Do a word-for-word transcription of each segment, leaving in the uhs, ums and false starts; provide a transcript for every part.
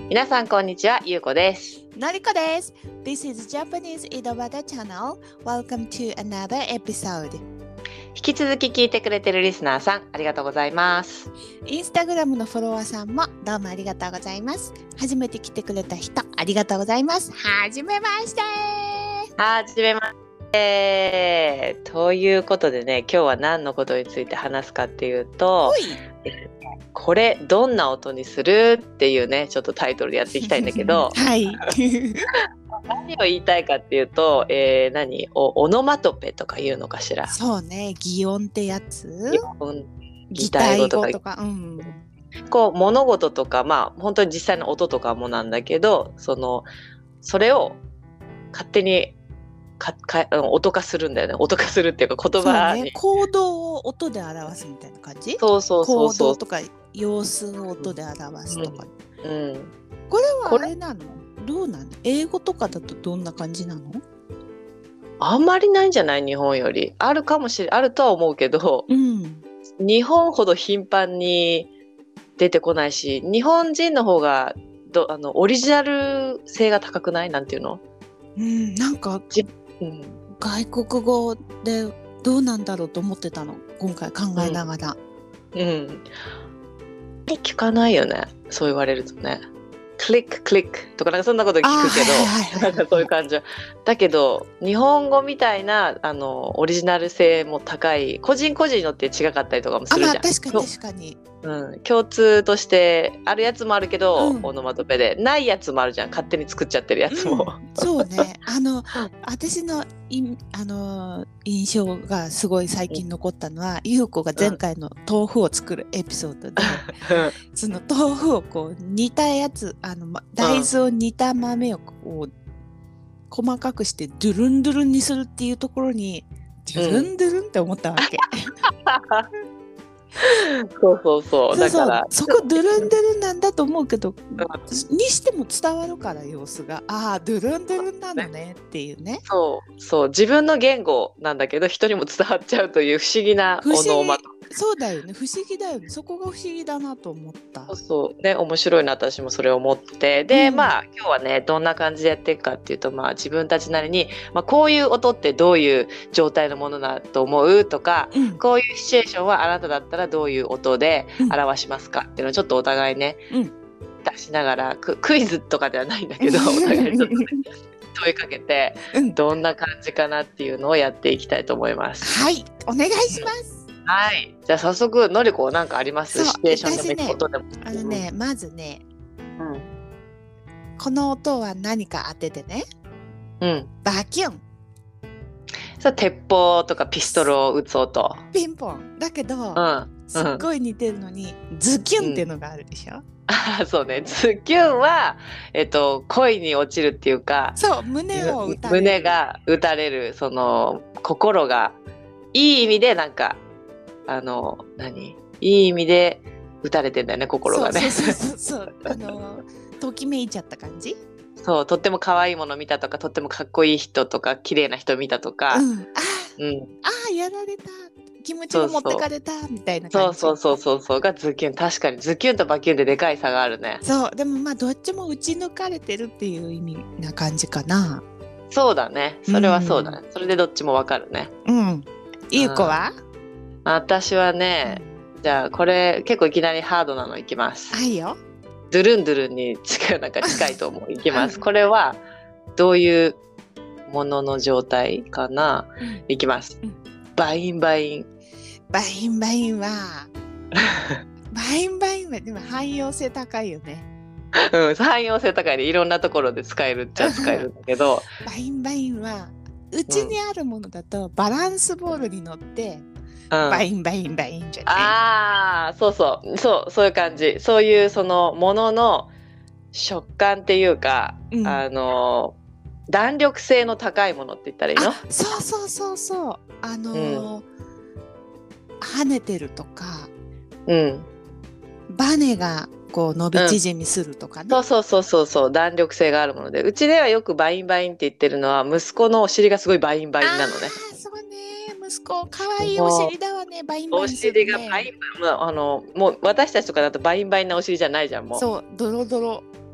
皆さんこんにちは、ゆうこです。 のりこです。This is Japanese 井戸端 Channel. Welcome to another episode. 引き続き聞いてくれてるリスナーさん、ありがとうございます。 インスタグラムのフォロワーさんもどうもありがとうございます。初めて来てくれた人、ありがとうございます。はじめまして。 はじめまして。ということでね、今日は何のことについて話すかっていうと、これどんな音にするっていうね、ちょっとタイトルでやっていきたいんだけど、 はい。 何を言いたいかっていうと、えー、何おオノマトペとか言うのかしら。 そうね、擬音ってやつ。 擬態語とか。 とか、うん、 こう物事とか、まあ本当に実際の音とかもなんだけど、そのそれを勝手にかか音化するんだよね。音化するっていうか言葉に、 ね、行動を音で表すみたいな感じ。 そうそうそうそう。 行動とか様子を音で表すとか、 うんうん、 これはあれなの？どうなの？英語とかだとどんな感じなの？ あんまりないんじゃない？日本よりあるかもしれあるとは思うけど、 うん、 日本ほど頻繁に出てこないし、日本人の方がどあのオリジナル性が高くない？なんていうの？ うん、なんか、うん、外国語でどうなんだろうと思ってたの、今回考えながら。 うん、うん、聞かないよね、そう言われるとね。クリッククリックとかなんかそんなこと聞くけど、はいはいはい、なんかそういう感じだけど、日本語みたいなあのオリジナル性も高い、個人個人によって違かったりとかもするじゃん。 あ、まあ、確かに確かに、 うん、共通としてあるやつもあるけど、 うん、 オノマトペでないやつもあるじゃん、勝手に作っちゃってるやつも、 うん、そうね。あの私のいあの印象がすごい最近残ったのは、ゆうこが前回の豆腐を作るエピソードで、うん、その豆腐をこう煮たやつ、あの大豆を煮た豆をこう細かくしてドゥルンドゥルンにするっていうところに、ドゥルンドゥルンって思ったわけ。 そうそうそう。だからそこドゥルンドゥルンなんだと思うけど、うん、にしても伝わるから様子が、ああドゥルンドゥルンなのねっていうね。 そうそう自分の言語なんだけど人にも伝わっちゃうという不思議なオノマトペ。 そうだよね、不思議だよね。そこが不思議だなと思った。 そうそうね、面白いな、私もそれを思って。で、うん、まあ今日はねどんな感じでやっていくかっていうと、まあ自分たちなりに、まあ、こういう音ってどういう状態のものだと思うとか、うん、こういうシチュエーションはあなただったらどういう音で表しますかっていうのをちょっとお互いね、うん、出しながら、ク、クイズとかではないんだけどお互いちょっと、ね、問いかけて、うん、どんな感じかなっていうのをやっていきたいと思います。 はい、お願いします。 はい、じゃあ早速のりこなんかあります？シチュエーションでも音でも。 あのね、まずね、うん、この音は何か当ててね。うん。バキュン。 そう、鉄砲とかピストルを撃つ音。 ピンポン。だけど、うん、すっごい似てるのに、うん、ズキュンっていうのがあるでしょ。うん、 あ、そうね。ズキュンはえっと恋に落ちるっていうか、 そう、胸を打たれる。 胸が打たれる、その心がいい意味でなんか。あの何いい意味で打たれてんだよね、心がね。 そうそうそうそうあのときめいちゃった感じ。 そう、とっても可愛いもの見たとか、とってもかっこいい人とか綺麗な人見たとか、うん、 あ、うん、あやられた、気持ちが持ってかれたみたいな感じ。 そうそうそうそうがズキュン。確かにズキュンとバキュンででかい差があるね。 そう、でもまあどっちも打ち抜かれてるっていう意味な感じかな。 そうだね、それはそうだね、うん、それでどっちもわかるね。 うん。ゆうこは？ 私はね、うん、じゃあこれ結構いきなりハードなのいきます。 はいよ。 ドゥルンドゥルンに近い、なんか近いと思う。いきます。これはどういうものの状態かな。うん、いきます。うん、バインバイン。 バインバインはバインバインはでも汎用性高いよね。 うん、汎用性高いで、いろんなところで使えるっちゃ使えるんだけどバインバインはうちにあるものだと、バランスボールに乗って、うん、バインバインバインじゃない？ ああ、そうそうそうそういう感じ。そういうそのものの食感っていうか、うん、あの弾力性の高いものって言ったらいいの？ そうそうそうそう、あのーうん、跳ねてるとか、うん、バネがこう伸び縮みするとかね、 うん、そうそうそうそう、弾力性があるもので、うちではよくバインバインって言ってるのは息子のお尻がすごいバインバインなのね。 あ、そうね、息子かわいいお尻だわね、バインバインするね。 お尻がバインバイン、あのもう私たちとかだとバインバインなお尻じゃないじゃん、もう。 そう、ドロドロ。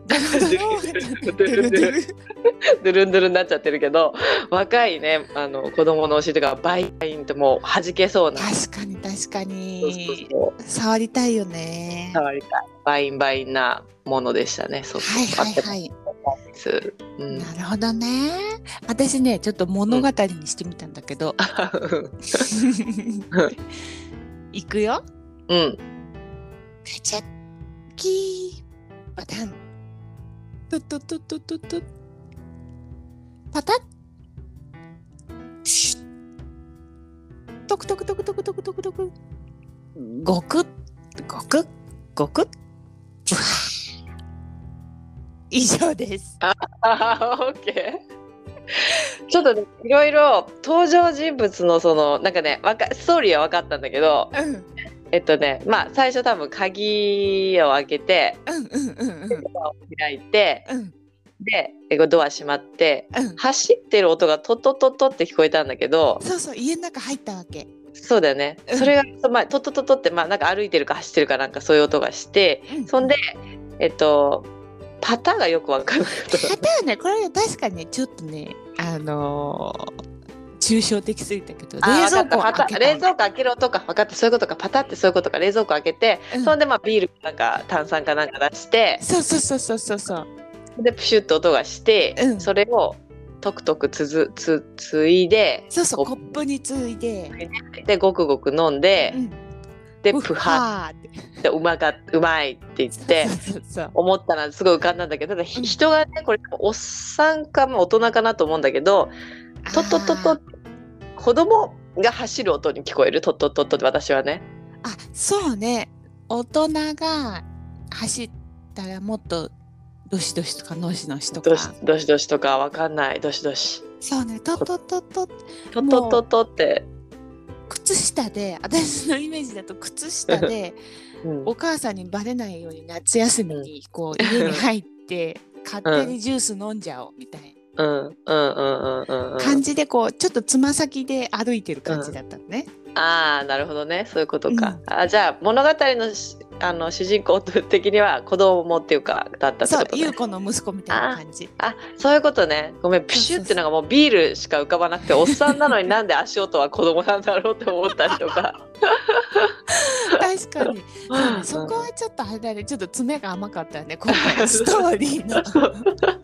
ドロドロドゥルンドゥルンドゥルンドゥルンになっちゃってるけど、若いねあの子供のお尻とかバインってもう弾けそうな。 確かに確かに。 そうそうそう、 触りたいよね。 触りたいバインバインなものでしたね。そうそう、 はいはいはい。 うん、 なるほどね。私ねちょっと物語にしてみたんだけど、うん、いくよ。 うん。 ガチャッキーパタントトトトトトパタットクトクトクトクトクトクトクゴクゴクゴク以上です。 ああ、オッケー。ちょっとね、いろいろ登場人物のそのなんかね、わかストーリーは分かったんだけど、うん、えっとね、まあ最初多分鍵を開けて、うんうんうんうん、ドアを開いて、うん、でドア閉まって、うん、走ってる音がトトトトって聞こえたんだけど、 そうそう、家の中入ったわけ。 そうだよね、うん、それが、まあ、トトトトって、まあ、なんか歩いてるか走ってるかなんかそういう音がして、うん、そんでえっとパターがよくわかんない。 パターね、これね確かにねちょっとねあのー、抽象的すぎたけど、冷蔵庫開けた冷蔵庫開ける音か、分かった、そういうことか、パタってそういうことか、冷蔵庫開けて、うん、そんでまあビールなんか炭酸かなんか出して、 そうそうそうそうそうそうでプシュッと音がして、うん、それをトクトクつづつついで、 そうそう、コップについででごくごく飲んで、うん、でプハーってうまかうまいって言って思ったらすごい浮かんだんだけど、ただ、うん、人がねこれおっさんか大人かなと思うんだけど、トトトト子供が走る音に聞こえる、トトトトって私はね。 あ、そうね、大人が走ったらもっとどしどしとかのしのしとかどしどしどしとかわかんない、どしどし、 そうね、トトトトトトトトって靴下で、私のイメージだと靴下で、うん、お母さんにバレないように夏休みにこう家に入って勝手にジュース飲んじゃおうみたいな感じで、こうちょっとつま先で歩いてる感じだったのね、 うん、ああなるほどね、そういうことか、うん、あじゃあ物語のあの主人公的には子供っていうかだったってことね。 そう、優子の息子みたいな感じ。 ああ、そういうことね。ごめん、プシュってのがもうビールしか浮かばなくて、おっさんなのになんで足音は子供なんだろうって思ったりとか確かに、そうね、そこはちょっとあれだね、ちょっと爪が甘かったよね今回のストーリーのプシュ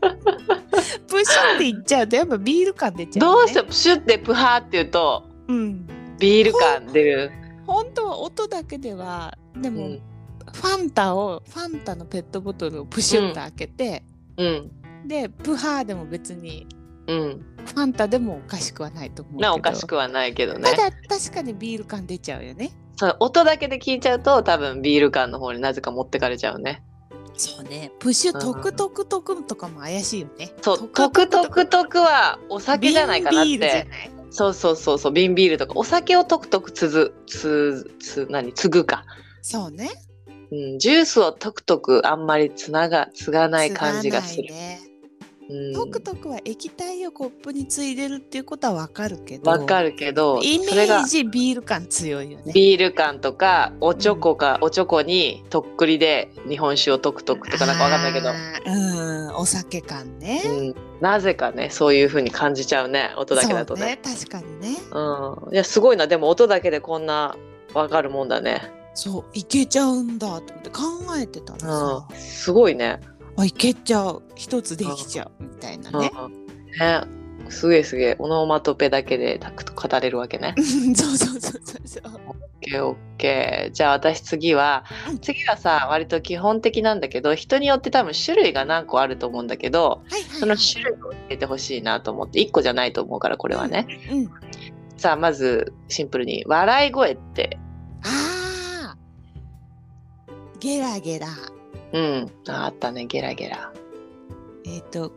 って言っちゃうとやっぱビール感出ちゃう、ね、 どうしてプシュってプハーって言うと、うん、ビール感出る。 本当は音だけではでも、うん、ファンタをファンタのペットボトルをプシュッと開けて、うんうん、でプハーでも別に、うん、ファンタでもおかしくはないと思うけど、 なおかしくはないけどね。 ただ確かにビール感出ちゃうよね。 そう、音だけで聞いちゃうと多分ビール感の方になぜか持ってかれちゃうね。 そうね、プシュトクトクトクとかも怪しいよね。 そう、トクトクトクはお酒じゃないかなって。ビールじゃない？そうそうそうそう、瓶ビールとかお酒をトクトクつづつつ何つぐか。 そうね。 うん、ジュースをトクトクあんまりつながつがない感じがする。ね、 うん、トクトクは液体をコップについでるっていうことはわかるけど。 わかるけど。 イメージビール感強いよね。 ビール感とかおちょこか、うん、おちょこにとっくりで日本酒をトクトクとかなんかわかんないけど。 うん、お酒感ね、 うん。なぜかねそういう風に感じちゃうね、音だけだとね。 そうね、確かにね。 うん、いやすごいな、でも音だけでこんなわかるもんだね。 そう、いけちゃうんだと思って考えてたのさ、 うん、すごいね。 あ、いけちゃう、一つできちゃうみたいなね。 うん、ね、すげえすげえ、オノマトペだけでたくと語れるわけね。 そうそうそうそうそう。 オッケーオッケー。じゃあ私次は、うん、次はさ割と基本的なんだけど、人によって多分種類が何個あると思うんだけど、はいはいはい、その種類を教えてほしいなと思って、いっこじゃないと思うからこれはね。うんうん、さあまずシンプルに笑い声って。 ああ、ゲラゲラ。 うん、あったね、ゲラゲラ。 えっと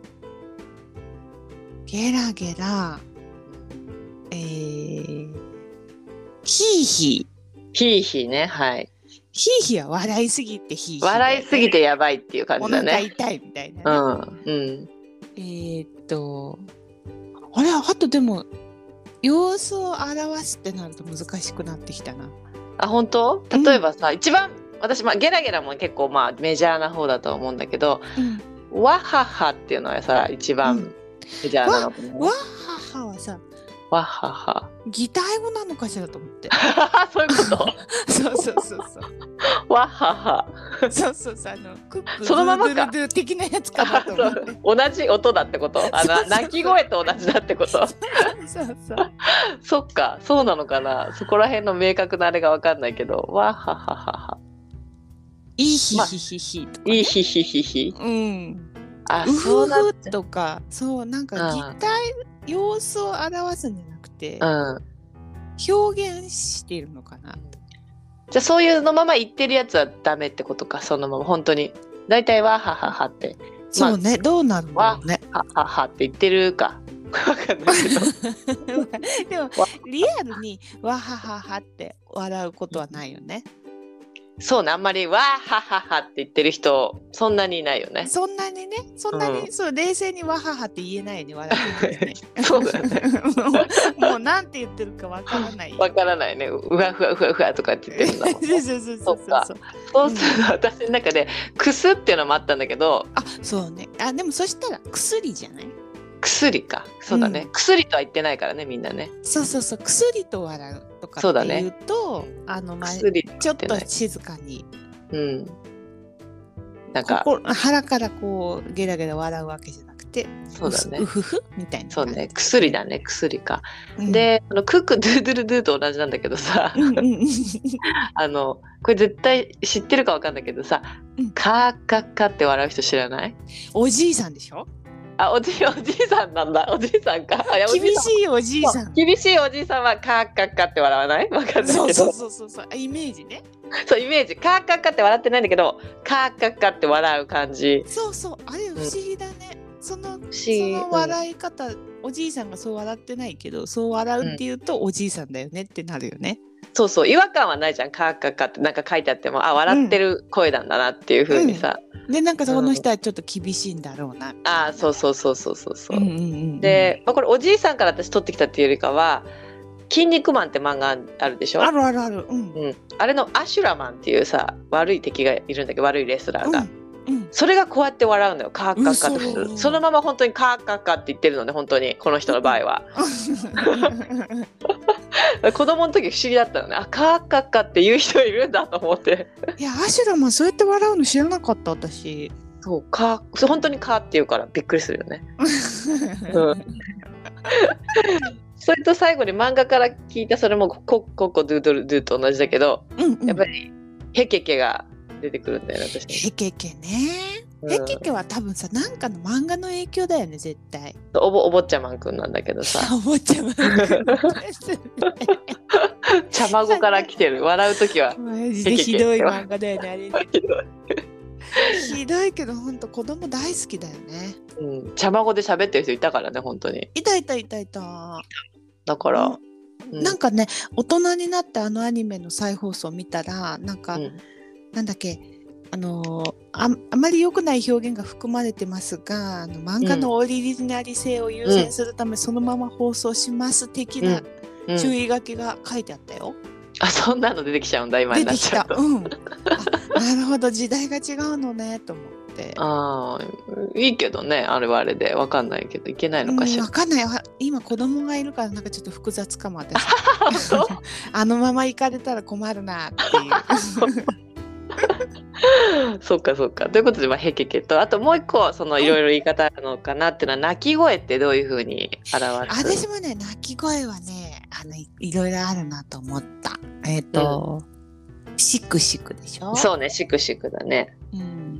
ゲラゲラ、えー、ヒーヒー。ヒーヒーね、はい。 ヒーヒーは笑いすぎてヒーヒー、ね、 笑いすぎてやばいっていう感じだね。 お腹痛いみたいな、ね。うん。うん。えー、っと、あれ、あとでも、様子を表すってなると難しくなってきたな。 あ、本当？例えばさ、うん、一番、私、まあ、ゲラゲラも結構まあメジャーな方だと思うんだけど、うん、 わははっていうのはさ、一番メジャーなのかな。 わはははさ、 わはは。 擬態語なのかしらと思って。 そういうこと。 そうそうそうそう。 わはは。 そうそうそう、あのクックそのままかドゥルドゥル的なやつかなと思って。 同じ音だってこと？あの鳴き声と同じだってこと？ そうそうそう。 そっか、そうなのかな。そこら辺の明確なあれがわかんないけど、わはははは。 いいひひひひとか、ね。 いいひひひひ。 うん。 あ、 うそうなっふふとか、そうなんか擬態、様子を表すんじゃなくて、 うん、 表現しているのかな。 じゃあそういうのまま言ってるやつはダメってことか。そのまま本当にだいたいわはははって、 そうね、まあ、どうなるのね。 わははって言ってるかわかんないけどでもリアルにわはははって笑うことはないよね。 そうね、あんまりわはははって言ってる人そんなにいないよね。 そんなにね、そんなに、うん、そう冷静にわははって言えないよね、笑ってね。 そうだよね。 もう、もうなんて言ってるかわからない。 わからないね。うわふわふわふわとかって言ってるんだもんね。 そうそうそうそうそう。 そうすると私の中でくすっていうのもあったんだけど。 あ、そうね。あ、でもそしたら薬じゃない？ 薬か。そうだね、うん、薬とは言ってないからね、みんなね。 そうそうそう、薬と笑うとかって言うと、うね、あのまあちょっと静かに、 うん、なんか腹からこうゲラゲラ笑うわけじゃなくて、 そうだね、 うふふみたいな。 そうね、薬だね、薬か。うん、で、あのクックドゥードゥルドゥと同じなんだけどさ、あのこれ絶対知ってるかわかんないけどさ、うん、カーカッカって笑う人知らない？ おじいさんでしょ？ あ、おじい、おじいさんなんだ。おじいさんか。 厳しいおじいさん。 厳しいおじいさんはカーカッカって笑わない？わかんないけど。 そうそうそうそう、イメージね。 そう、イメージ。カーカッカって笑ってないんだけど、カーカッカって笑う感じ。 そうそう、あれ不思議だね。うん、その、その笑い方、うん、おじいさんがそう笑ってないけど、そう笑うっていうと、うん、おじいさんだよねってなるよね。 そうそう、違和感はないじゃん。カーカッカってなんか書いてあっても、あ、笑ってる声なんだなっていう風にさ。 うんうん、でなんかその人はちょっと厳しいんだろうな、うん、 ああ、そうそうそうそうそうそう、うんうんうん、で、まあ、これおじいさんから私撮ってきたっていうよりかは「筋肉マン」って漫画あるでしょ。 あるあるある、うんうん、あれのアシュラマンっていうさ悪い敵がいるんだけど、悪いレスラーが、うんうん、それがこうやって笑うのよ。カーカッカって、そのまま本当にカーカッカって言ってるのね、本当にこの人の場合は。子供の時不思議だったのね。あ、カーカッカって言う人いるんだと思って。 いや、アシュラマンそうやって笑うの知らなかった私。 そうカー、そう本当にカーって言うからびっくりするよね。うん、それと最後に漫画から聞いた、それもコッココドゥドルドゥと同じだけど、うんうん、やっぱりヘケケが出てくるんだよね、私。 ヘケケね、うん、ヘケケは多分さ、なんかの漫画の影響だよね、絶対。 おぼお坊ちゃまんくんなんだけどさ。 お坊ちゃまんくんですね。 茶孫から来てる。笑うときはマジでひどい漫画だよね、あれね。ひどいひどいけど本当子供大好きだよね。 うん、茶孫で喋ってる人いたからね、本当に。 いたいたいたいた。 だから、 うん、なんかね、大人になってあのアニメの再放送見たら、なんか、うん、なんだっけ、あのあ、あまり良くない表現が含まれてますが、あの漫画のオリジナリ性を優先するため、うん、そのまま放送します的な注意書きが書いてあったよ。 うんうん、あ、そんなの出てきちゃうんだ、今になっちゃうと。 出てきた。うん、なるほど、時代が違うのねと思って。 ああ、いいけどね、あれはあれでわかんないけどいけないのかしら。 わ、うん、かんない。今子供がいるからなんかちょっと複雑かも私。あのまま行かれたら困るなっていう。 そっかそっか。ということで、まあ、ヘケケと、あともう一個そのいろいろ言い方あるのかなっていうのは、鳴き声ってどういう風に表す？ 私もね、鳴き声はね、あの い, いろいろあるなと思った。えっ、ー、と、うん、シクシクでしょ。 そうね、シクシクだね。 うん。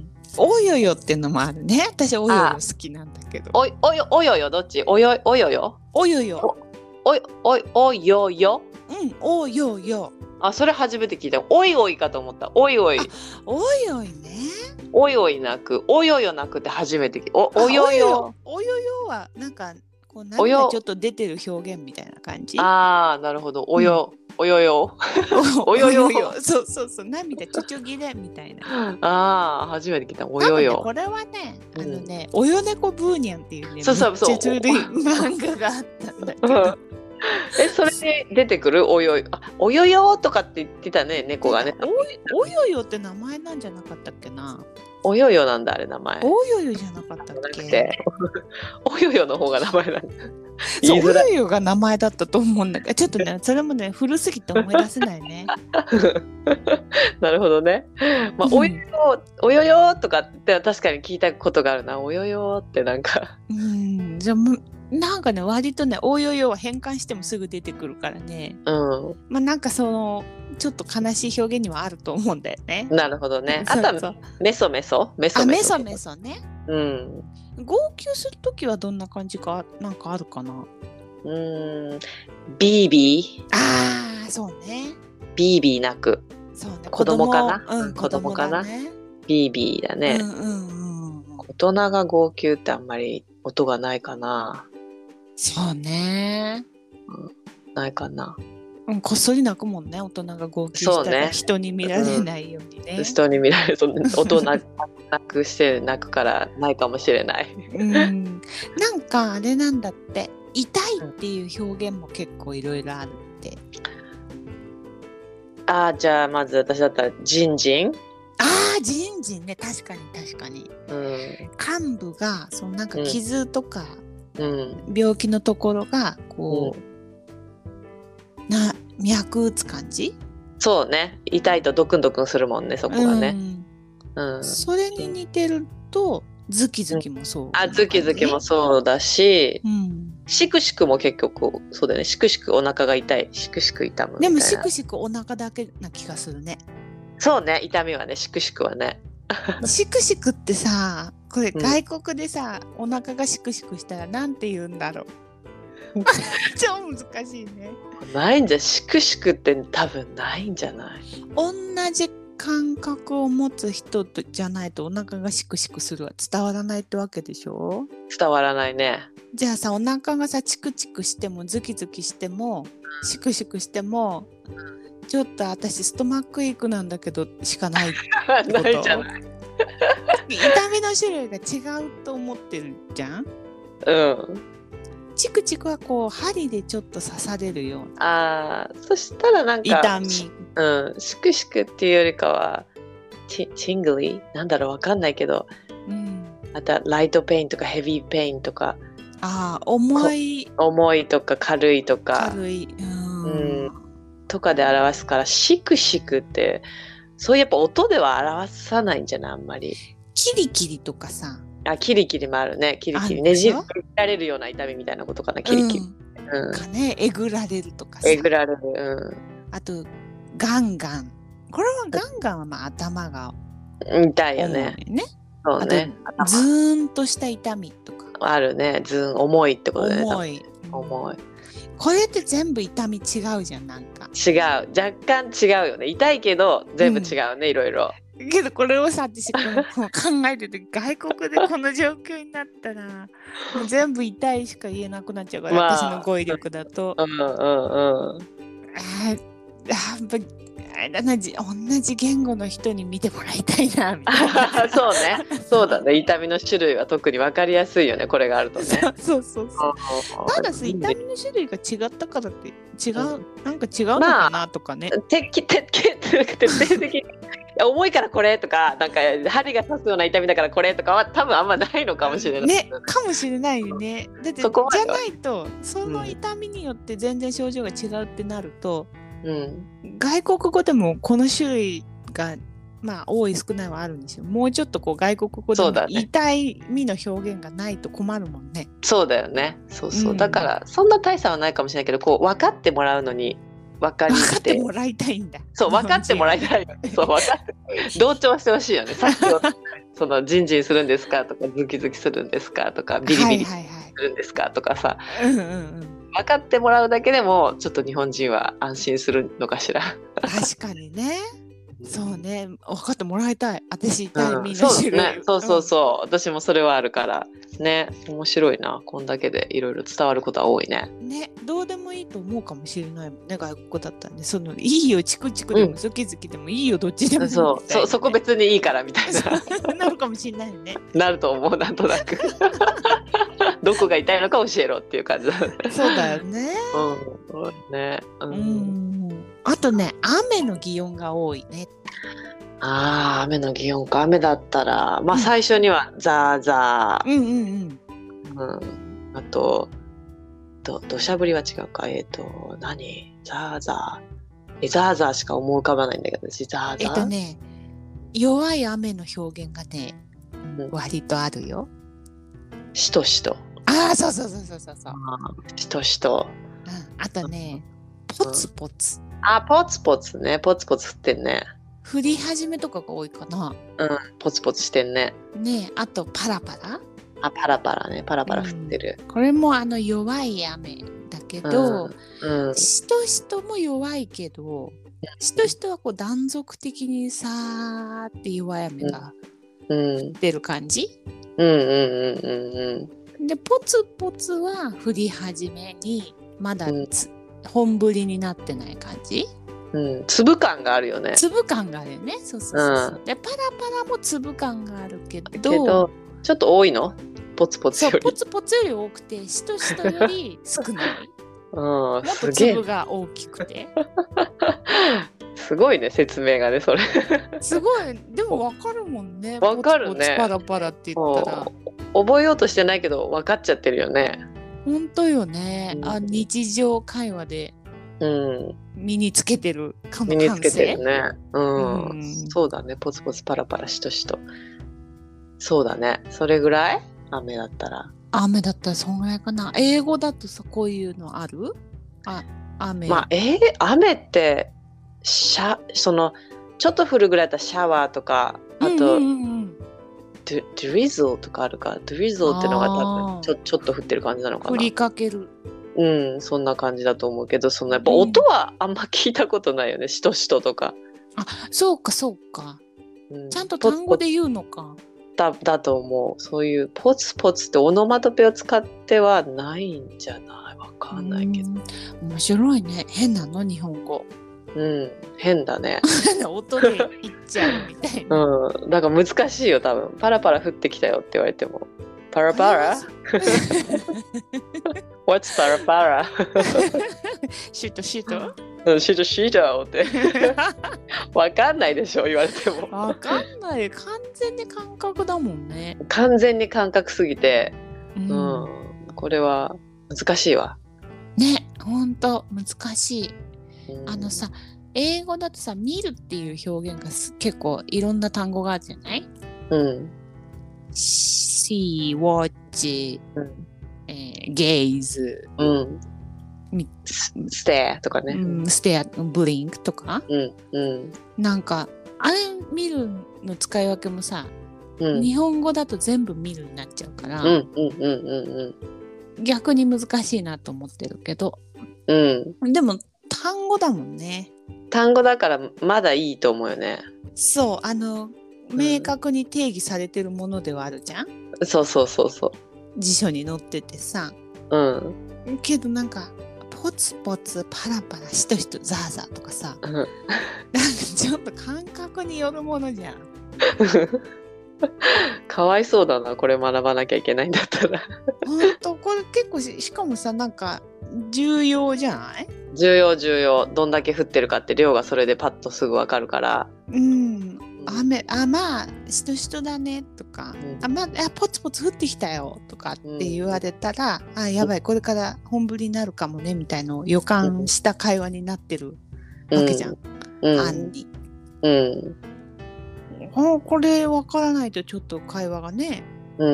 およよっていうのもあるね。私およよ好きなんだけど。 おおよおよよどっち？およおよよ。 およよ。 おおおよよ。 うん、およよ。 あ、それ初めて聞いた。おいおいかと思った。おいおい。 おいおいね。 おいおい泣く。およよ泣くって初めて聞いた。お、およよ。 およよはなんかこう涙ちょっと出てる表現みたいな感じ。 ああ、なるほど。およ、うん、およよ。およよ。 そうそうそう。涙ちょちょぎれみたいな。 ああ、初めて聞いた。およよ。 ね、これはね、あのね、うん、およねこブーニャンっていうね、 そうそうそう。 めっちゃ古い漫画があったんだけど。 え、それに出てくるおよよ、あ、およよとかって言ってたね、猫がね。 おおよよって名前なんじゃなかったっけな。 およよなんだあれ名前。 およよじゃなかったっけ。 およよの方が名前なんだ。 そう、およよが名前だったと思うんだけど、ちょっとね、それもね、古すぎて思い出せないね。 なるほどね。まあ、およよ、およよとかって確かに聞いたことがあるな。およよってなんか。 うん、じゃあもうなんかね、割とね、およよは変換してもすぐ出てくるからね。 うん。 まあなんかそのちょっと悲しい表現にはあると思うんだよね。 なるほどね。あとはメソメソメソあ、メソメソね。 うん。 号泣するときはどんな感じかなんかあるかな。 うーん、ビービー。 ああ、そうね。 ビービー泣く。 そうね。 子供かな。 うん、 子供かな。 ね、 ビービーだね。 うんうんうん。 大人が号泣ってあんまり音がないかな。 そうね。 うん、ないかな。 うん、こっそり泣くもんね、大人が号泣したら人に見られないようにね。 うん、人に見られる、その音泣くして泣くからないかもしれない。 うん、なんかあれなんだって、痛いっていう表現も結構いろいろあるって。 ああ、じゃあまず私だったらジンジン。 ああ、ジンジンね、確かに確かに。 うん、 患部がそのなんか傷とか、 うん、 病気のところがこう、うん、な脈打つ感じ。 そうね、痛いとドクンドクンするもんね、そこがね。 うんうん、それに似てるとズキズキもそう、 うん、あ、ズキズキもそうだし、 うん、 シクシクも結局そうだよね。シクシクお腹が痛い、シクシク痛むみたいな。 でもシクシクお腹だけな気がするね。 そうね、痛みはね、シクシクはね。 シクシクってさ、これ外国でさ、うん、お腹がシクシクしたらなんて言うんだろう。超難しいね。 ないんじゃ、シクシクって多分ないんじゃない。 同じ感覚を持つ人とじゃないとお腹がシクシクするは伝わらないってわけでしょ。 伝わらないね。 じゃあさ、お腹がさチクチクしてもズキズキしてもシクシクしてもちょっと私ストマックエイクなんだけどしかないってこと。 ないじゃない。 痛みの種類が違うと思ってるじゃん。 うん。 チクチクはこう針でちょっと刺されるような。ああ、そしたらなんか痛み。 うん、シクシクっていうよりかはチチングリーなんだろう、わかんないけど、うん、またライトペインとかヘビーペインとか、 ああ、重い重いとか軽いとか軽い、うん、 うん、とかで表すから、シクシクってそういうやっぱ音では表さないんじゃない、あんまり。 キリキリとかさ、 あ、キリキリもあるね。キリキリねじられるような痛みみたいなことかな、キリキリ、 うんうん、かね、えぐられるとかさ、 えぐられる、うん、 あとガンガン、これはガンガンはまあ頭が痛いよね。 ね。 そうね。 あとズーンとした痛みとかあるね。ズーン、重いってことね。 重い。 重い。 これって全部痛み違うじゃん、なんか。 違う。若干違うよね。痛いけど全部違うね、うん、いろいろ。 けどこれをさ、私こう考えてて外国でこの状況になったら全部痛いしか言えなくなっちゃうから、まあ、私の語彙力だと。 うんうんうん。 あやっぱ同じ同じ言語の人に見てもらいたいなみたいな。 そうね、そうだね。痛みの種類は特に分かりやすいよね、これがあるとね。 そうそうそう。ただし痛みの種類が違ったからって違う、うん、なんか違うのかなとかね。 まあ、てきてけ徹底的に重いからこれとか、なんか針が刺すような痛みだからこれとかは多分あんまないのかもしれないね。かもしれないよね。だってじゃないとその痛みによって全然症状が違うってなると、うん、外国語でもこの種類がまあ多い少ないはあるんですよ。もうちょっとこう外国語でも痛みの表現がないと困るもんね。 そうだよね。そうそう、うん、だからそんな大差はないかもしれないけど、こう分かってもらうのに分かり分かってもらいたいんだ。 そう、分かってもらいたい。そう、分かって同調してほしいよね。さっきのそのジンジンするんですかとか、ズキズキするんですかとか、ビリビリするんですかとかさ、うんうんうん、分かってもらうだけでもちょっと日本人は安心するのかしら。 確かにね。そうね、分かってもらいたい。私痛いみんな種類、うん、 そうそうそう、うん、私もそれはあるからね。面白いな、こんだけでいろいろ伝わることは多いね。 ね、どうでもいいと思うかもしれないもんね、外国語だったらね。そのいいよチクチクでもズキズキでもいいよ、どっちでもいいみたいな、ね、 そう、そこ別にいいからみたいななるかもしれないよね。 なると思う、なんとなくどこが痛いのか教えろっていう感じだね。 そうだよね。 うん、ね、うん。 うん。あとね、雨の擬音が多いね。 ああ、雨の擬音か。雨だったら、まあ最初にはザーザうんうんー。うん。あと、ど、土砂降りは違うか。えっ、ー、と、何ザーザー。え、ザーザーしか思い浮かばないんだけど、ザーザー。 えっとね、弱い雨の表現がね、 うん、 割とあるよ。 しとしと。 ああ、そうそうそうそうそうそう。 しとしと。 うん、あとね、ポツポツ。 うん、あ、ポツポツね。ポツポツ降ってんね。 降り始めとかが多いかな。 うん、ポツポツしてんね。 ね、あとパラパラ。 あ、パラパラね。パラパラ降ってる。 うん、これもあの弱い雨だけど、 うんうん、 しとしとも弱いけど、しとしとはこう断続的にさーって弱い雨が降ってる感じ。 うんうんうんうんうん。で、ポツポツは降り始めにまだつ、うん、本降りになってない感じ。 うん、粒感があるよね。 粒感があるよね。そうそうそうそう、うん。で、パラパラも粒感があるけど、けどちょっと多いの？ポツポツより。 そう、ポツポツより多くて、しとしとより少ない。 うん、 もっと粒が大きくて。 すごいね、説明がね、それ。 すごい、でも分かるもんね。 分かるね。 ポツポツパラパラって言ったら。 覚えようとしてないけど分かっちゃってるよね。 ほんとよね。うん、あ、日常会話で身につけてるかも、 身につけてるね。うん、うん、そうだね。ポツポツパラパラしとしと。そうだね。それぐらい？雨だったら。 雨だったらそんぐらいかな。英語だとさ、こういうのある？あ、雨。 まあ、えー、雨ってシャそのちょっと降るぐらいだったらシャワーとか、あと、うんうんうん、ドゥドゥリズルとかあるから、ドゥリズルっていうのが多分ちょちょっと降ってる感じなのかな。 降りかける。 うん、そんな感じだと思うけど、そのやっぱ音はあんま聞いたことないよね。しとしととか。 あ、そうかそうか、うん。ちゃんと単語で言うのか。 だ, だと思う。そういうポツポツってオノマトペを使ってはないんじゃない？わかんないけど。 面白いね。変なの日本語。 うん、変だね。 音で言っちゃうみたいな。 うん、だから難しいよ多分。パラパラ降ってきたよって言われても。パラパラ？What's パラパラ？ シュートシュート？ うん、シュートシュートってわかんないでしょ言われても。 わかんない。完全に感覚だもんね。 完全に感覚すぎて、うん、うん、これは難しいわ。 ね、ほんと難しい。うん、あのさ、英語だとさ、見るっていう表現が結構いろんな単語があるじゃない？うん。see, watch、うんえー、gaze、うん stare とかね、 うん、stare、blink とか、うんうん、なんかあれ見るの使い分けもさ、うん、日本語だと全部見るになっちゃうから、うんうんうんうんうん、逆に難しいなと思ってるけど、うん、でも単語だもんね。 単語だからまだいいと思うよね。 そう、あの明確に定義されてるものではあるじゃん、 うん、そうそうそうそう、 辞書に載っててさ、うん、けどなんかポツポツパラパラしとしとザーザーとかさ、うん、なんかちょっと感覚によるものじゃん。 かわいそうだな、これ学ばなきゃいけないんだったら。 ほんとこれ結構 し, しかもさ、なんか重要じゃない？ 重要重要。どんだけ降ってるかって量がそれでパッとすぐわかるから。うん。 雨、あ、まあしとしとだねとか、うん、あ、まあポツポツ降ってきたよとかって言われたら、うん、あ、やばい、これから本降りになるかもねみたいのを予感した会話になってるわけじゃん、うん、案に、うん、これ分からないとちょっと会話がね、うん、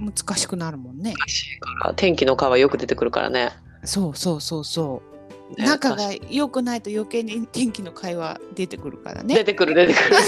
難しくなるもんね。 難しいから。天気の川よく出てくるからね。 そうそうそうそう、ね、仲が良くないと余計に天気の会話出てくるからね。 出てくる出てくる。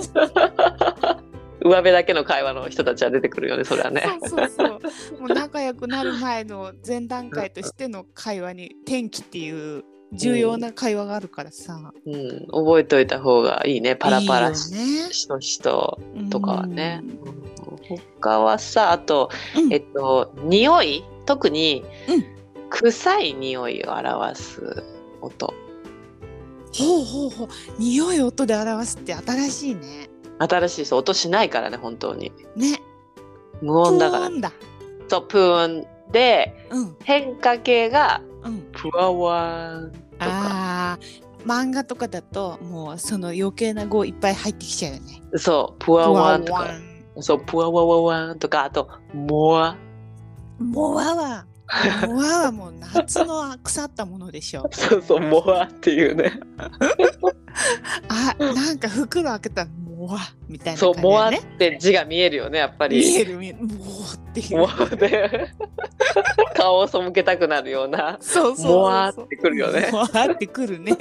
上辺だけの会話の人たちは出てくるよね、それはね。 そうそうそう。もう仲良くなる前の前段階としての会話に天気っていう重要な会話があるからさ、 うんうん、覚えておいた方がいいね。パラパラしとしととかはね、うん、他はさ、あと、うん、えっと匂い、特に、うん臭い匂いを表す音。 ほうほうほう、匂いを音で表すって新しいね。 新しい。そう、音しないからね、本当に。 ね。 無音だから。 プーンだ。 そう、プーンで、 うん、 変化系がうん、 プワワンとか。 あー漫画とかだともうその余計な語いっぱい入ってきちゃうよね。 そう、プワプワワンとか。 ワン、 そう、プワワワワンとか、あと、モア。 モアはモアはもう夏の腐ったものでしょ。 そうそう、モアっていうね。 あ、なんか袋開けたらモアみたいなそう、 感じモアっだよね。 て字が見えるよね、やっぱ見り。 える見える。モアっていう。 モアで顔を背けたくなるような。 そうそうそうそう。 モアってくるよね。 モアってくるね。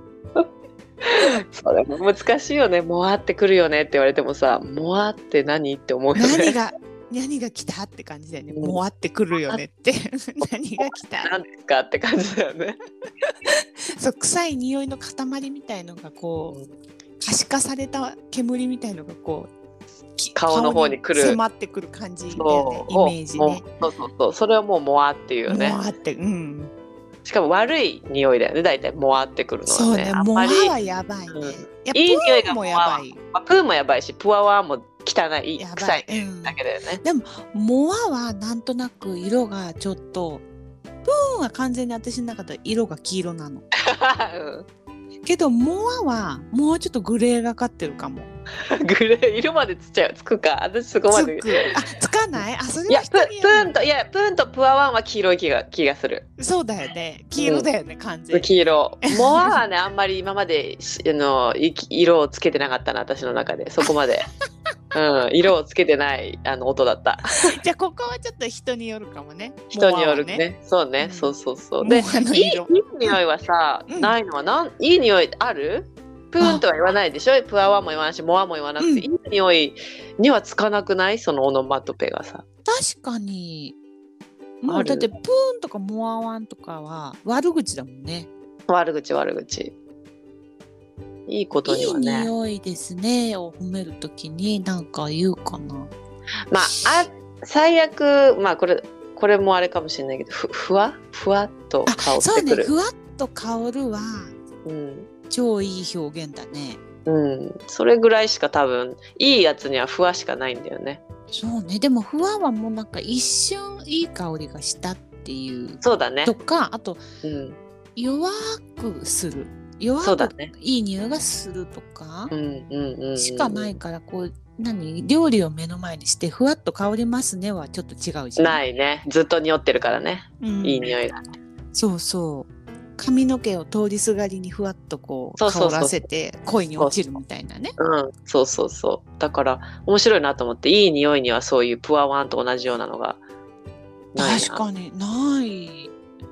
それも難しいよね。モアってくるよねって言われてもさ、モアって何って思うよね。 何が何が来たって感じだよね。 うんモアってくるよねって何が来た。 何ですかって感じだよね。 そう臭い匂いの塊みたいのがこう可視化された煙みたいのがこうき顔の方に来る顔迫ってくる感じだよね。 そうイメージね。 そうそうそう。それはもうモアっていうよね。 モアってうん。 しかも悪い匂いだよね。だいたいモアってくるのはね。 そうね。モアあんまりはやばいね。 うんいやいい匂いプーもがモアやばい。 まあプーもやばいし、プワワも汚いやばい臭いうんだけだよね。 でもモアはなんとなく色がちょっとプーンは完全に私の中で色が黄色なの。 うんけどモアはもうちょっとグレーがかってるかも。 グレー色までつっちゃうつくか。私そこまで。 つくあつかないあそれいやプは人によるプーンといやプーンとプワワンは黄色い気が気がする。 そうだよね黄色だよね、完全に。 黄色。モアはねあんまり今までしあのい色をつけてなかったな私の中でそこまで。うん、色をつけてないあの音だった。 じゃあここはちょっと人によるかもね。 人によるモアはね。そうね、 うんそうそうそう。で、 モアのいいいい色匂いはさ、 うんないのはなんいい匂いある？プーンとは言わないでしょ。プアワも言わないし、モアも言わなくて、 うんいい匂いにはつかなくない？そのオノマトペがさ。 確かにもあるうだってプーンとかモアワンとかは悪口だもんね。 悪口悪口。いいこといいにはね。 匂いですねを褒めるときになんか言うかな。 まあ、あ最悪、まあこれ、これもあれかもしれないけど、ふふわふわっと香あそうってくる。 ねふわっと香るはうん超いい表現だね。 うん、それぐらいしか多分いいやつにはふわしかないんだよね。 そうねでもふわはもうなんか一瞬いい香りがしたっていうそうだね。 とかあとうん、 弱くする弱くそうだね。 いい匂いがするとかうんうんうんうん、 しかないからこう何料理を目の前にしてふわっと香りますねはちょっと違うじゃん。 ないね。ずっと匂ってるからね。 うんいい匂いだ。 そうそう髪の毛を通りすがりにふわっとこうそうそうそう香らせて恋に落ちるみたいなね。 うん、そうそうそう。だから面白いなと思って、いい匂いにはそういうプアワンと同じようなのがないな。 確かにない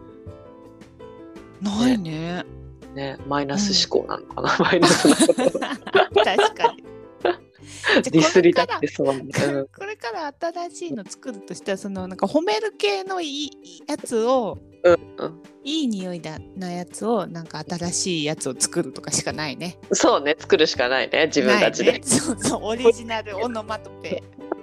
ないね。 ね、マイナス思考なのかな、マイナスなこと。 確かに。 ディスりたくてそうなんだ。うんこれから新しいの作るとしたらそのなんか褒める系のいいやつを、 うんうんいい匂いだなやつをなんか新しいやつを作るとかしかないね。 そうね、作るしかないね、自分たちで。 ないね、そうそうオリジナルオノマトペ。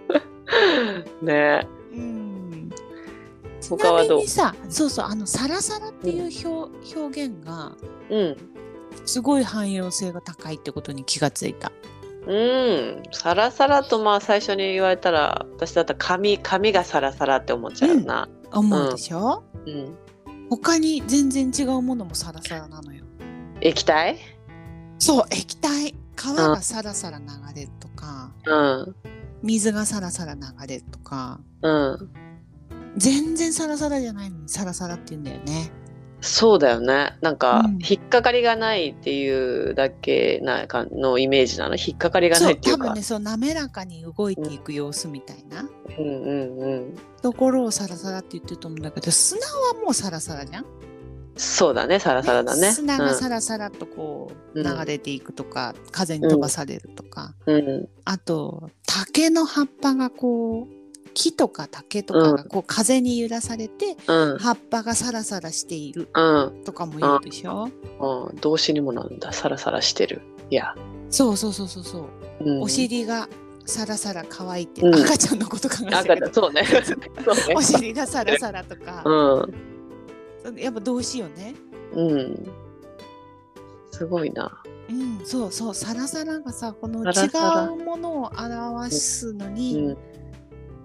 ね。 うん。ち他はどうなみにさ、そうそうあのサラサラっていう表,、表現がうん。 すごい汎用性が高いってことに気がついた。 うん。サラサラとまあ最初に言われたら、私だったら髪、髪がサラサラって思っちゃうな。 思うでしょ、 うん。 他に全然違うものもサラサラなのよ。 液体？ そう液体川がサラサラ流れるとか、 うん。 水がサラサラ流れるとかうん。 全然サラサラじゃないのにサラサラって言うんだよね。 そうだよね。なんか、 うん引っかかりがないっていうだけなかのイメージなの。引っかかりがそうないっていうか。 多分ねそう滑らかに動いていく様子みたいな、 うんうんうん。 ところをサラサラって言ってると思うんだけど砂はもうサラサラじゃん。 そうだね、サラサラだね。 砂がサラサラとこううん流れていくとか、風に飛ばされるとか、 うん。うんあと竹の葉っぱがこう木とか竹とかがこう風に揺らされて、 うん葉っぱがサラサラしているうんとかも言うでしょ、 うん。動詞にもなるんだ。サラサラしてる。いや。 そうそうそうそうそう、 うん、 お尻がサラサラ乾いて、 うん赤ちゃんのこと考えて赤るけどちゃんそうね。そうね。 お尻がサラサラとか、 うん。 やっぱ動詞よね。 うん。すごいな。 うん、そうそうサラサラがさこの違サラサラうものを表すのうにん。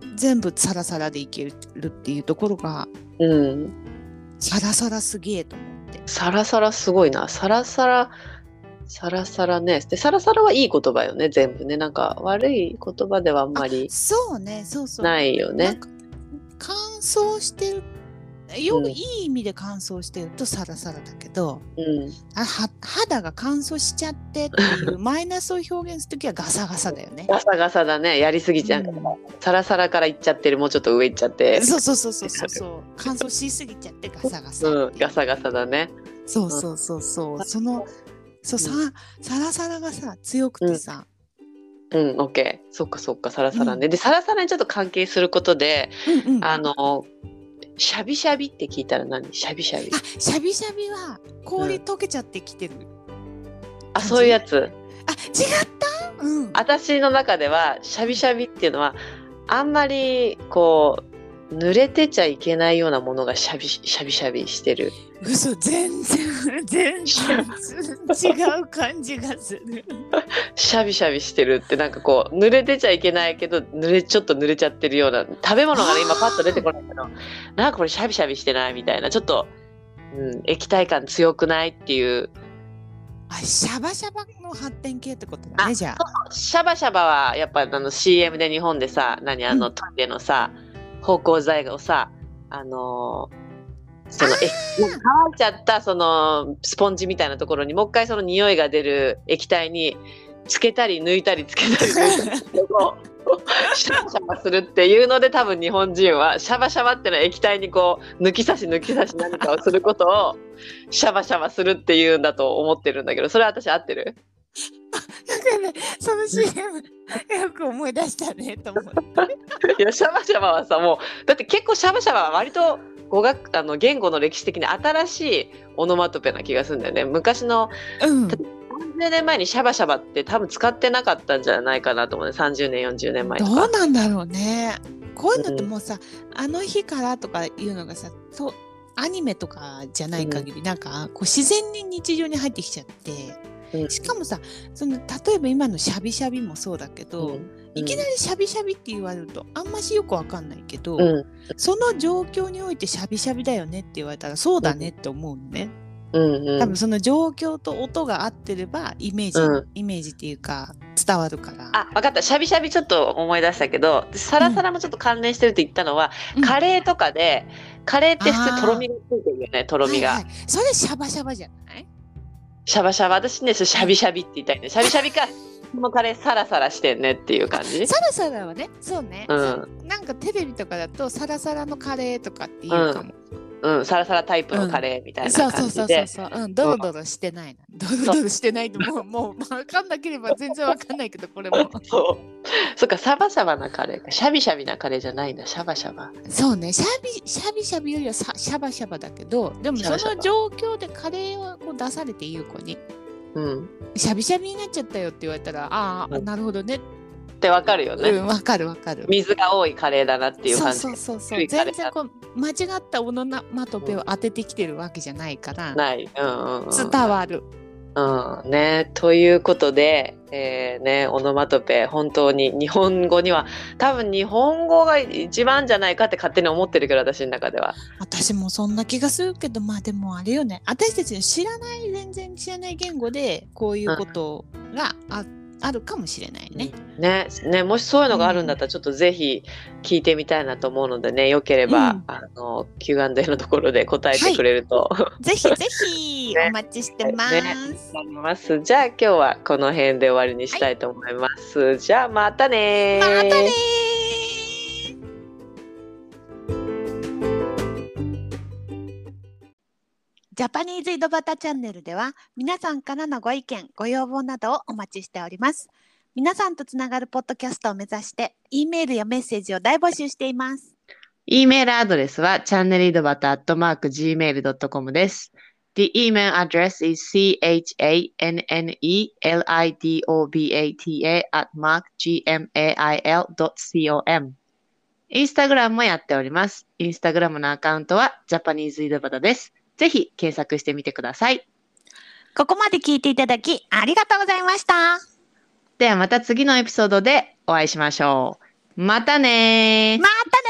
全部サラサラでいけるっていうところが、 うん、 サラサラすげえと思って。 サラサラすごいな。サラサラサラサラね。でサラサラはいい言葉よね、全部ね。なんか悪い言葉ではあんまりそうね、そうそうないよね。 乾燥してるよくいい意味で乾燥してるとサラサラだけど、うん、あは肌が乾燥しちゃってっていうマイナスを表現するときはガサガサだよね。 ガサガサだね。やりすぎちゃう、うん、サラサラからいっちゃってる、もうちょっと上いっちゃって、 そうそうそうそうそうそう乾燥しすぎちゃってガサガサ、 うん、ガサガサだね。 そうそうそうそう、うん、そのそうさ、サラサラがさ強くてさ、 うん、うん、オッケー。そっかそっか、サラサラね、うん、でサラサラにちょっと関係することで、うんうん、あのシャビシャビって聞いたら何？シャビシャビ。 あ、シャビシャビは氷溶けちゃってきてる、うん、 あ、そういうやつ。 あ、違った、うん、 私の中ではシャビシャビっていうのはあんまりこう濡れてちゃいけないようなものがシャビシャビシャビしてる。 嘘、全然全然違う感じがする。 シャビシャビしてるってなんかこう濡れてちゃいけないけど濡れちょっと濡れちゃってるような食べ物がね今パッと出てこないけど、なんかこれシャビシャビしてないみたいな、ちょっと、うん、液体感強くないっていう。 あ、シャバシャバの発展系ってことだね。じゃあ、シャバシャバはやっぱあの シーエム で日本でさ、何あのトイレのさ、芳香剤をさ、あのーそのえ乾いちゃったそのスポンジみたいなところにもう一回その匂いが出る液体につけたり抜いたりつけたり抜いたりシャバシャバするっていうので、多分日本人はシャバシャバってのは液体にこう抜き差し抜き差し何かをすることをシャバシャバするっていうんだと思ってるんだけど、それは私合ってる？ なんかね、その シーエム よく思い出したねと思っていやシャバシャバはさ、もうだって結構シャバシャバは割と語学あの言語の歴史的に新しいオノマトペな気がするんだよね。昔の、うん、さんじゅうねんまえにシャバシャバって多分使ってなかったんじゃないかなと思うね。さんじゅうねんよんじゅうねんまえとか。 どうなんだろうね。こういうのってもうさ、うん、あの日からとかいうのがさ、そうアニメとかじゃない限り、うん、なんかこう自然に日常に入ってきちゃって、うん、しかもさ、その例えば今のシャビシャビもそうだけど、うん、いきなりシャビシャビって言われるとあんましよくわかんないけど、うん、その状況においてシャビシャビだよねって言われたらそうだねって思うのね、うんうん、多分その状況と音が合ってればイメージ、うん、イメージっていうか伝わるから。 あ、分かった。シャビシャビちょっと思い出したけど、サラサラもちょっと関連してるって言ったのは、うん、カレーとかでカレーって普通とろみがついてるよね。とろみが、はいはい、 それシャバシャバじゃない？ シャバシャバ、私ね、シャビシャビって言いたいね。シャビシャビか、このカレーサラサラしてんねっていう感じ。 サラサラはね、そうね、うん、なんかテレビとかだとサラサラのカレーとかっていうかも、 うんうん、サラサラタイプのカレーみたいな感じで、うん、そうそうそうそう、うん、 ドロドロしてないな、ドロドロしてないともうもう分かんなければ全然分かんないけどこれもそうそっか、サバサバなカレーか、シャビシャビなカレーじゃないんだ、シャバシャバ。 そうね、シャビシャビシャビよりはシャバシャバだけど、でもその状況でカレーをこう出されて優子に、うん、シャビシャビになっちゃったよって言われたら、ああ、うん、なるほどねってわかるよね。 うん、わかるわかる。 水が多いカレーだなっていう感じ。 そうそうそうそう。全然こう間違ったオノマトペを当ててきてるわけじゃないから。 ない。うんうんうん、 伝わる。 うんね、ということで、えーね、オノマトペ本当に日本語には多分日本語が一番じゃないかって勝手に思ってるけど、私の中では。 私もそんな気がするけど、まあでもあれよね、私たちの知らない全然知らない言語でこういうことがあって、うんあるかもしれないね。 ね、ね、もしそういうのがあるんだったらちょっとぜひ聞いてみたいなと思うのでね、よければ、うん、あの キューアンドエー のところで答えてくれると、 はい、ぜひぜひお待ちしてます。ねね、 ます。じゃあ今日はこの辺で終わりにしたいと思います。はい、じゃあまたね。 またね。ジャパニーズ井戸端チャンネルでは皆さんからのご意見、ご要望などをお待ちしております。皆さんとつながるポッドキャストを目指して、Eメールやメッセージを大募集しています。 Eメールアドレスはチャンネル井戸端 アットマークジーメールドットコム です。The email address is c h a n n e l i d o b a t a アットマーク ジーエムエーアイエルドットコム。インスタグラムもやっております。インスタグラムのアカウントはジャパニーズ井戸端です。ぜひ検索してみてください。 ここまで聞いていただきありがとうございました。 ではまた次のエピソードでお会いしましょう。 またねー。 またね